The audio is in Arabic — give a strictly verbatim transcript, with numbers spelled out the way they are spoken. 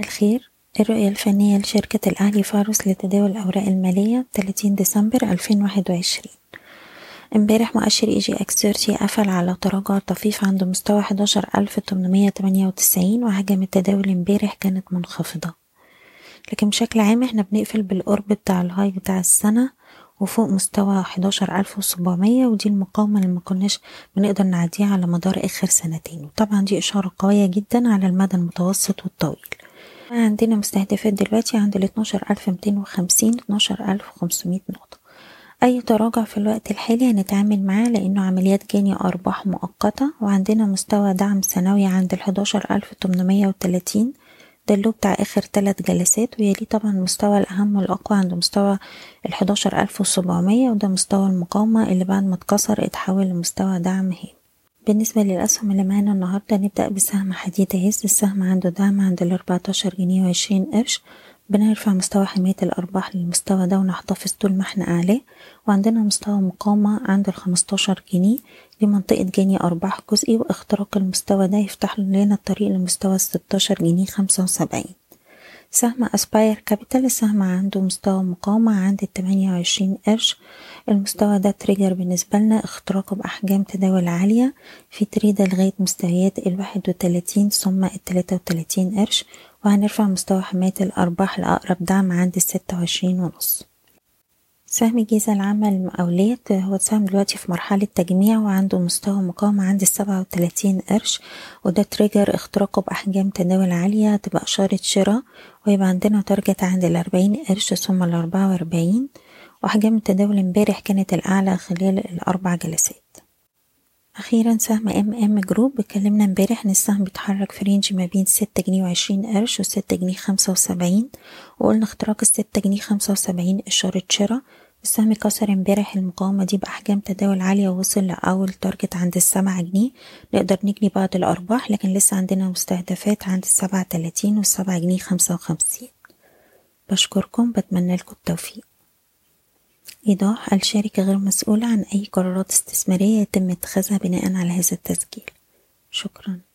الخير. الرؤية الفنية لشركة الأهلي فارس لتداول الأوراق المالية ثلاثين ديسمبر ألفين وواحد وعشرين. امبارح مؤشر اي جي اكس ثلاثين قفل على تراجع طفيف عند مستوى حداشر ألف تمنمية تمانية وتسعين، وحجم التداول امبارح كانت منخفضة، لكن بشكل عام احنا بنقفل بالقرب بتاع الهاي بتاع السنة وفوق مستوى حداشر ألف وسبعمية، ودي المقاومة اللي مكناش بنقدر نعديها على مدار آخر سنتين، وطبعا دي إشارة قوية جدا على المدى المتوسط والطويل. عندنا مستهدفات دلوقتي عند ال اتناشر ألف ميتين وخمسين اتناشر ألف وخمسمية نقطة. أي تراجع في الوقت الحالي هنتعامل معاه لأنه عمليات جني أرباح مؤقتة، وعندنا مستوى دعم سنوي عند ال حداشر ألف تمنمية وتلاتين، ده اللي بتاع آخر ثلاث جلسات، ويليه طبعا المستوى الأهم والأقوى عند مستوى ال حداشر ألف وسبعمية، وده مستوى المقاومة اللي بعد ما اتكسر اتحول لمستوى دعم هام. بالنسبة للأسهم اللي معانا النهاردة نبدأ بسهم حديد هز. السهم عنده دعم عند ال أربعتاشر جنيه وعشرين قرش، بنرفع مستوى حماية الأرباح للمستوى ده ونحتفظ طول ما احنا أعلاه، وعندنا مستوى مقاومة عند ال خمستاشر جنيه لمنطقة جني أرباح جزئي، واختراق المستوى ده يفتح لنا الطريق لمستوى ستاشر جنيه خمسة وسبعين. سهم أسباير كابيتال السهم عنده مستوى مقاومة عند التمانية وعشرين قرش، المستوى ده تريجر بالنسبة لنا اختراقه بأحجام تداول عالية في تريدة لغاية مستويات الواحد وتلاتين ثم التلاتة وتلاتين قرش، وهنرفع مستوى حماية الأرباح لأقرب دعم عند الستة وعشرين ونص. سهم الجيزة العامة للمقاولات هو سهم دلوقتي في مرحلة تجميع وعنده مستوى مقاومة عند السبعة وتلاتين قرش، وده تريجر اختراقه بأحجام تداول عالية تبقى إشارة شراء، ويبقى عندنا تارجت عند الأربعين قرش ثم الأربعة وأربعين، وأحجام التداول امبارح كانت الأعلى خلال الأربع جلسات. أخيرا سهم ام ام جروب، اتكلمنا امبارح ان السهم بيتحرك في رينج ما بين ستة جنيه وعشرين قرش وستة جنيه خمسة وسبعين، وقلنا اختراق الستة جنيه خمسة وسبعين إشارة شراء. السهم كسر امبارح المقاومة دي بأحجام تداول عالية ووصل لأول تارجت عند السبعة جنيه، نقدر نجني بعض الأرباح، لكن لسه عندنا مستهدفات عند السبعة تلاتين والسبعة جنيه خمسة وخمسين. بشكركم، بتمنى لكم التوفيق. إيضاح: الشركة غير مسؤولة عن أي قرارات استثمارية يتم اتخاذها بناء على هذا التسجيل. شكرا.